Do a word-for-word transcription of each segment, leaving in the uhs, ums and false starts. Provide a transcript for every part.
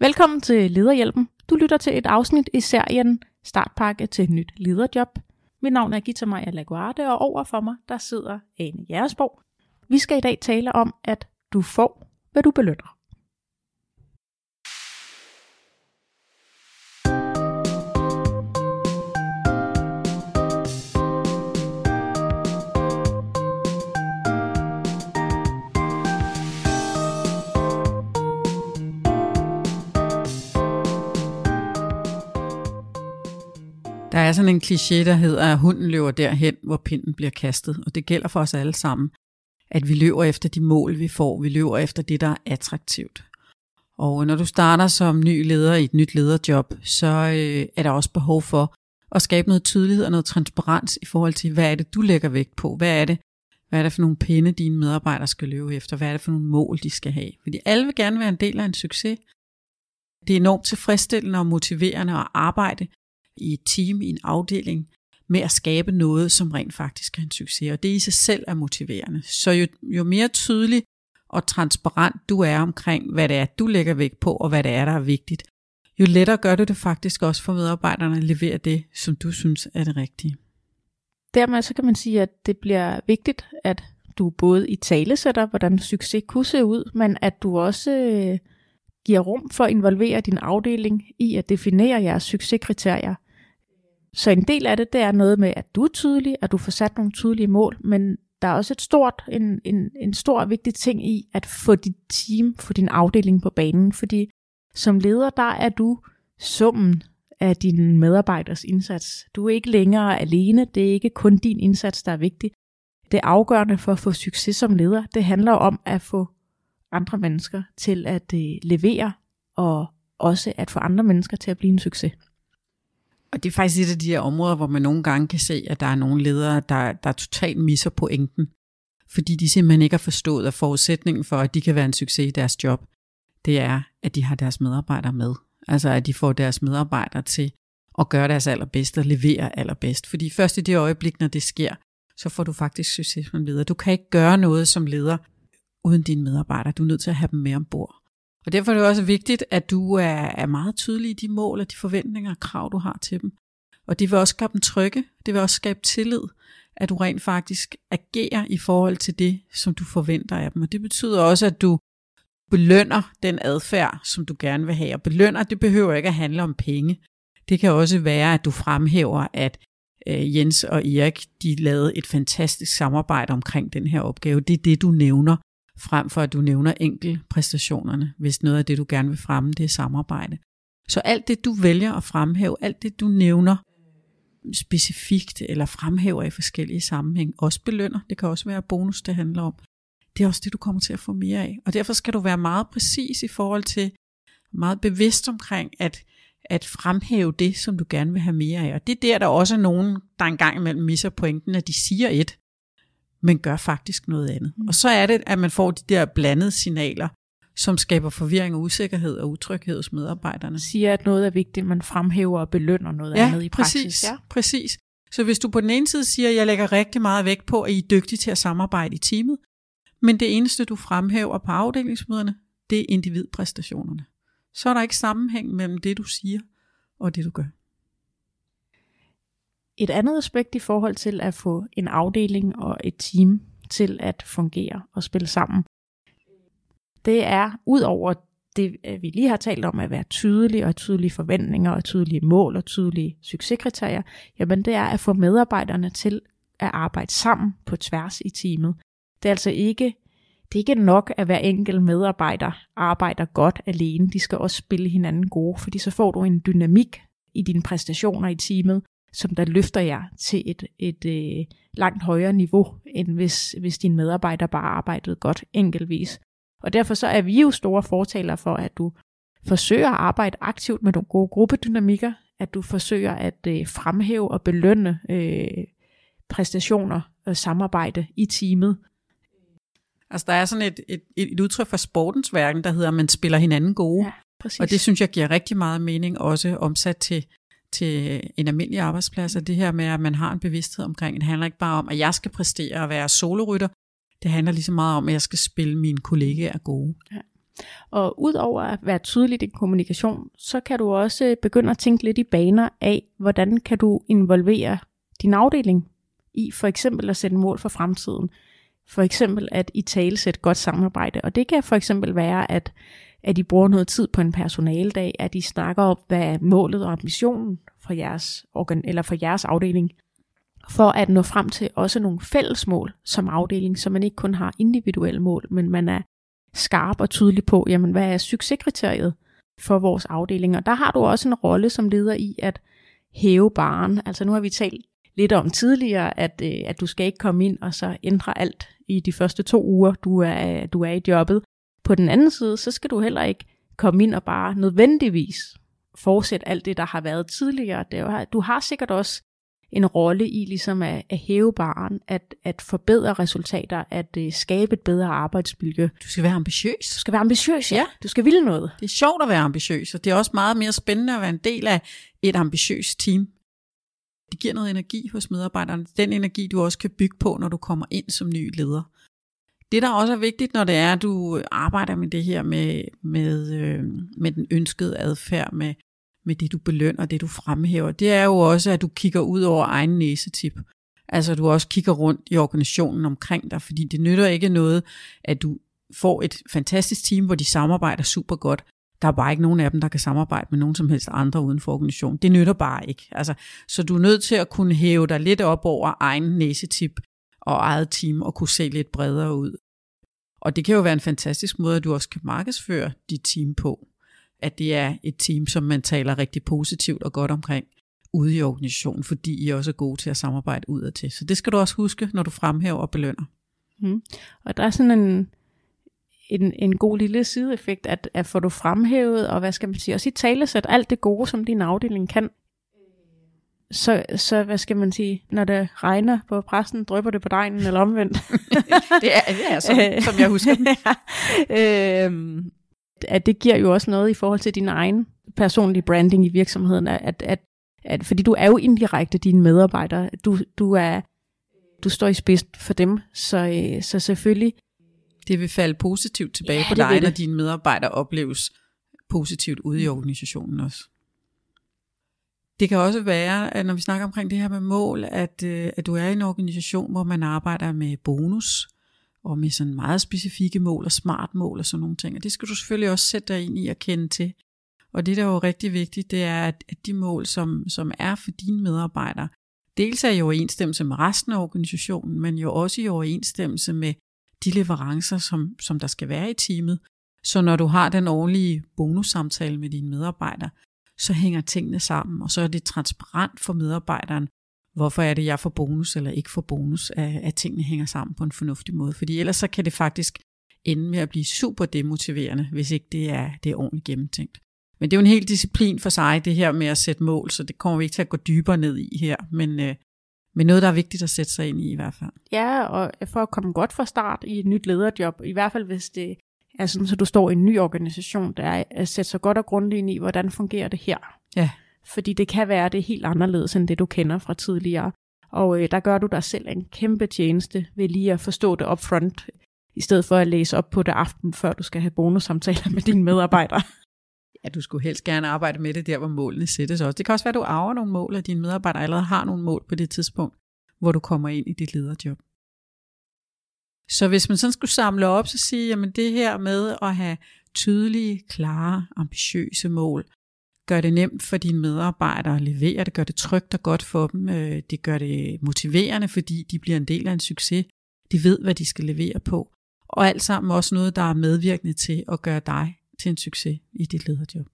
Velkommen til Lederhjælpen. Du lytter til et afsnit i serien Startpakke til et nyt lederjob. Mit navn er Gita Maja Laguarde, og over for mig der sidder Ane Jægersborg. Vi skal i dag tale om, at du får, hvad du belønner. Der er sådan en kliché, der hedder, at hunden løber derhen, hvor pinden bliver kastet. Og det gælder for os alle sammen, at vi løber efter de mål, vi får. Vi løber efter det, der er attraktivt. Og når du starter som ny leder i et nyt lederjob, så øh, er der også behov for at skabe noget tydelighed og noget transparens i forhold til, hvad er det, du lægger vægt på? Hvad er det, hvad er det for nogle pinde, dine medarbejdere skal løbe efter? Hvad er det for nogle mål, de skal have? Fordi alle vil gerne være en del af en succes. Det er enormt tilfredsstillende og motiverende at arbejde i et team, i en afdeling, med at skabe noget, som rent faktisk er en succes. Og det i sig selv er motiverende. Så jo, jo mere tydelig og transparent du er omkring, hvad det er, du lægger vægt på, og hvad det er, der er vigtigt, jo lettere gør det det faktisk også for medarbejderne at levere det, som du synes er det rigtige. Dermed så kan man sige, at det bliver vigtigt, at du både i tale sætter, hvordan succes kunne se ud, men at du også øh, giver rum for at involvere din afdeling i at definere jeres succeskriterier. Så en del af det, det er noget med, at du er tydelig, at du får sat nogle tydelige mål, men der er også et stort, en, en, en stor og vigtig ting i at få dit team, få din afdeling på banen, fordi som leder, der er du summen af dine medarbejders indsats. Du er ikke længere alene, det er ikke kun din indsats, der er vigtig. Det afgørende for at få succes som leder, det handler om at få andre mennesker til at øh, levere, og også at få andre mennesker til at blive en succes. Og det er faktisk et af de her områder, hvor man nogle gange kan se, at der er nogle ledere, der, der totalt misser pointen. Fordi de simpelthen ikke har forstået, at forudsætningen for, at de kan være en succes i deres job, det er, at de har deres medarbejdere med. Altså at de får deres medarbejdere til at gøre deres allerbedste og levere allerbedst. Fordi først i det øjeblik, når det sker, så får du faktisk succes som leder. Du kan ikke gøre noget som leder uden dine medarbejdere. Du er nødt til at have dem med ombord. Og derfor er det også vigtigt, at du er, er meget tydelig i de mål og de forventninger og krav, du har til dem. Og det vil også skabe dem trygge. Det vil også skabe tillid, at du rent faktisk agerer i forhold til det, som du forventer af dem. Og det betyder også, at du belønner den adfærd, som du gerne vil have. Og belønner, det behøver ikke at handle om penge. Det kan også være, at du fremhæver, at øh, Jens og Erik, de lavede et fantastisk samarbejde omkring den her opgave. Det er det, du nævner, frem for at du nævner enkeltpræstationerne, hvis noget af det, du gerne vil fremme, det er samarbejde. Så alt det, du vælger at fremhæve, alt det, du nævner specifikt eller fremhæver i forskellige sammenhæng, også belønner. Det kan også være bonus, det handler om. Det er også det, du kommer til at få mere af. Og derfor skal du være meget præcis i forhold til, meget bevidst omkring, at, at fremhæve det, som du gerne vil have mere af. Og det er der, der også er nogen, der engang imellem misser pointen, at de siger et, men gør faktisk noget andet. Mm. Og så er det, at man får de der blandede signaler, som skaber forvirring og usikkerhed og utryghed hos medarbejderne. Siger, at noget er vigtigt, man fremhæver og belønner noget ja, andet i praksis. Præcis, ja, præcis. Så hvis du på den ene side siger, at jeg lægger rigtig meget vægt på, at I er dygtige til at samarbejde i teamet, men det eneste, du fremhæver på afdelingsmøderne, det er individpræstationerne. Så er der ikke sammenhæng mellem det, du siger og det, du gør. Et andet aspekt i forhold til at få en afdeling og et team til at fungere og spille sammen, det er ud over det, vi lige har talt om, at være tydelige og tydelige forventninger og tydelige mål og tydelige succeskriterier, jamen det er at få medarbejderne til at arbejde sammen på tværs i teamet. Det er altså ikke, det er ikke nok, at hver enkelt medarbejder arbejder godt alene. De skal også spille hinanden gode, fordi så får du en dynamik i dine præstationer i teamet, som der løfter jer til et, et, et langt højere niveau, end hvis, hvis dine medarbejdere bare arbejdede godt enkeltvis. Og derfor så er vi jo store fortalere for, at du forsøger at arbejde aktivt med nogle gode gruppedynamikker, at du forsøger at øh, fremhæve og belønne øh, præstationer og samarbejde i teamet. Altså der er sådan et, et, et udtryk fra sportens verden, der hedder, at man spiller hinanden gode. Ja, præcis. Og det synes jeg giver rigtig meget mening, også omsat til, til en almindelig arbejdsplads. Og det her med, at man har en bevidsthed omkring, det handler ikke bare om, at jeg skal præstere og være solorytter. Det handler lige så meget om, at jeg skal spille mine kollegaer gode. Ja. Og udover at være tydelig i din kommunikation, så kan du også begynde at tænke lidt i baner af, hvordan kan du involvere din afdeling i for eksempel at sætte mål for fremtiden. For eksempel at i tale sætte godt samarbejde. Og det kan for eksempel være, at, at I bruger noget tid på en personaledag, at I snakker om, hvad er målet og ambitionen for jeres, organ, eller for jeres afdeling, for at nå frem til også nogle fælles mål som afdeling, så man ikke kun har individuelle mål, men man er skarp og tydelig på, jamen, hvad er succeskriteriet for vores afdeling. Og der har du også en rolle som leder i at hæve barren. Altså nu har vi talt lidt om tidligere, at, øh, at du skal ikke komme ind og så ændre alt i de første to uger, du er, du er i jobbet. På den anden side, så skal du heller ikke komme ind og bare nødvendigvis fortsætte alt det, der har været tidligere. Det er, du har sikkert også en rolle i ligesom at, at hæve barren, at, at forbedre resultater, at uh, skabe et bedre arbejdsmiljø. Du skal være ambitiøs. Du skal være ambitiøs, ja. ja. Du skal ville noget. Det er sjovt at være ambitiøs, og det er også meget mere spændende at være en del af et ambitiøst team. Det giver noget energi hos medarbejderne. Den energi, du også kan bygge på, når du kommer ind som ny leder. Det, der også er vigtigt, når det er, at du arbejder med det her med, med, øh, med den ønskede adfærd, med med det du belønner, det du fremhæver, det er jo også, at du kigger ud over egen næsetip. Altså du også kigger rundt i organisationen omkring dig, fordi det nytter ikke noget, at du får et fantastisk team, hvor de samarbejder super godt. Der er bare ikke nogen af dem, der kan samarbejde med nogen som helst andre uden for organisationen. Det nytter bare ikke. Altså, så du er nødt til at kunne hæve dig lidt op over egen næsetip og eget team, og kunne se lidt bredere ud. Og det kan jo være en fantastisk måde, at du også kan markedsføre dit team på. At det er et team, som man taler rigtig positivt og godt omkring ude i organisationen, fordi I også er gode til at samarbejde udadtil. Så det skal du også huske, når du fremhæver og belønner. Mm. Og der er sådan en, en, en god lille sideeffekt, at, at får du fremhævet, og hvad skal man sige, også i talesæt alt det gode, som din afdeling kan. Så, så hvad skal man sige, når det regner på præsten, drypper det på dejen, eller omvendt. det er, det er som, som jeg husker. ja. øhm, at det giver jo også noget i forhold til din egen personlige branding i virksomheden, at, at, at fordi du er jo indirekte dine medarbejdere, du, du, er, du står i spidsen for dem, så, så selvfølgelig. Det vil falde positivt tilbage ja, på dig, når dine medarbejdere opleves positivt ude i organisationen også. Det kan også være, at når vi snakker omkring det her med mål, at, at du er i en organisation, hvor man arbejder med bonus, og med sådan meget specifikke mål og smart mål og sådan nogle ting. Og det skal du selvfølgelig også sætte dig ind i at kende til. Og det, der er jo rigtig vigtigt, det er, at de mål, som, som er for dine medarbejdere, dels er i overensstemmelse med resten af organisationen, men jo også i overensstemmelse med de leverancer, som, som der skal være i teamet. Så når du har den årlige bonussamtale med dine medarbejdere, så hænger tingene sammen, og så er det transparent for medarbejderen, hvorfor er det, jeg får bonus eller ikke får bonus, at, at tingene hænger sammen på en fornuftig måde. Fordi ellers så kan det faktisk ende med at blive super demotiverende, hvis ikke det er, det er ordentligt gennemtænkt. Men det er jo en hel disciplin for sig, det her med at sætte mål, så det kommer vi ikke til at gå dybere ned i her. Men, øh, men noget, der er vigtigt at sætte sig ind i i hvert fald. Ja, og for at komme godt fra start i et nyt lederjob, i hvert fald hvis det er sådan, så du står i en ny organisation, der er at sætte sig godt og grundigt ind i, hvordan fungerer det her. Ja. Fordi det kan være, det er helt anderledes end det, du kender fra tidligere. Og øh, der gør du dig selv en kæmpe tjeneste ved lige at forstå det upfront, i stedet for at læse op på det aften, før du skal have bonussamtaler med dine medarbejdere. Ja, du skulle helst gerne arbejde med det der, hvor målene sættes også. Det kan også være, at du arver nogle mål, og dine medarbejdere allerede har nogle mål på det tidspunkt, hvor du kommer ind i dit lederjob. Så hvis man sådan skulle samle op, så sige, jamen det her med at have tydelige, klare, ambitiøse mål, gør det nemt for dine medarbejdere at levere, det gør det trygt og godt for dem, det gør det motiverende, fordi de bliver en del af en succes, de ved, hvad de skal levere på, og alt sammen også noget, der er medvirkende til at gøre dig til en succes i dit lederjob.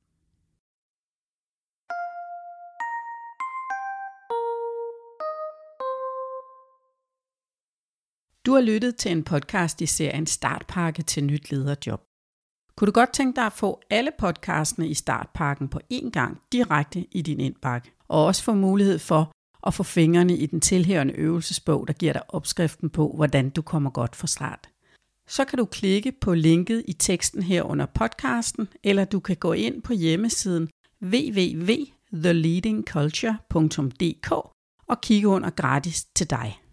Du har lyttet til en podcast i serien Startpakke til nyt lederjob. Kunne du godt tænke dig at få alle podcastene i Startpakken på én gang direkte i din indbakke, og også få mulighed for at få fingrene i den tilhørende øvelsesbog, der giver dig opskriften på, hvordan du kommer godt fra start. Så kan du klikke på linket i teksten her under podcasten, eller du kan gå ind på hjemmesiden w w w punktum the leading culture punktum d k og kigge under gratis til dig.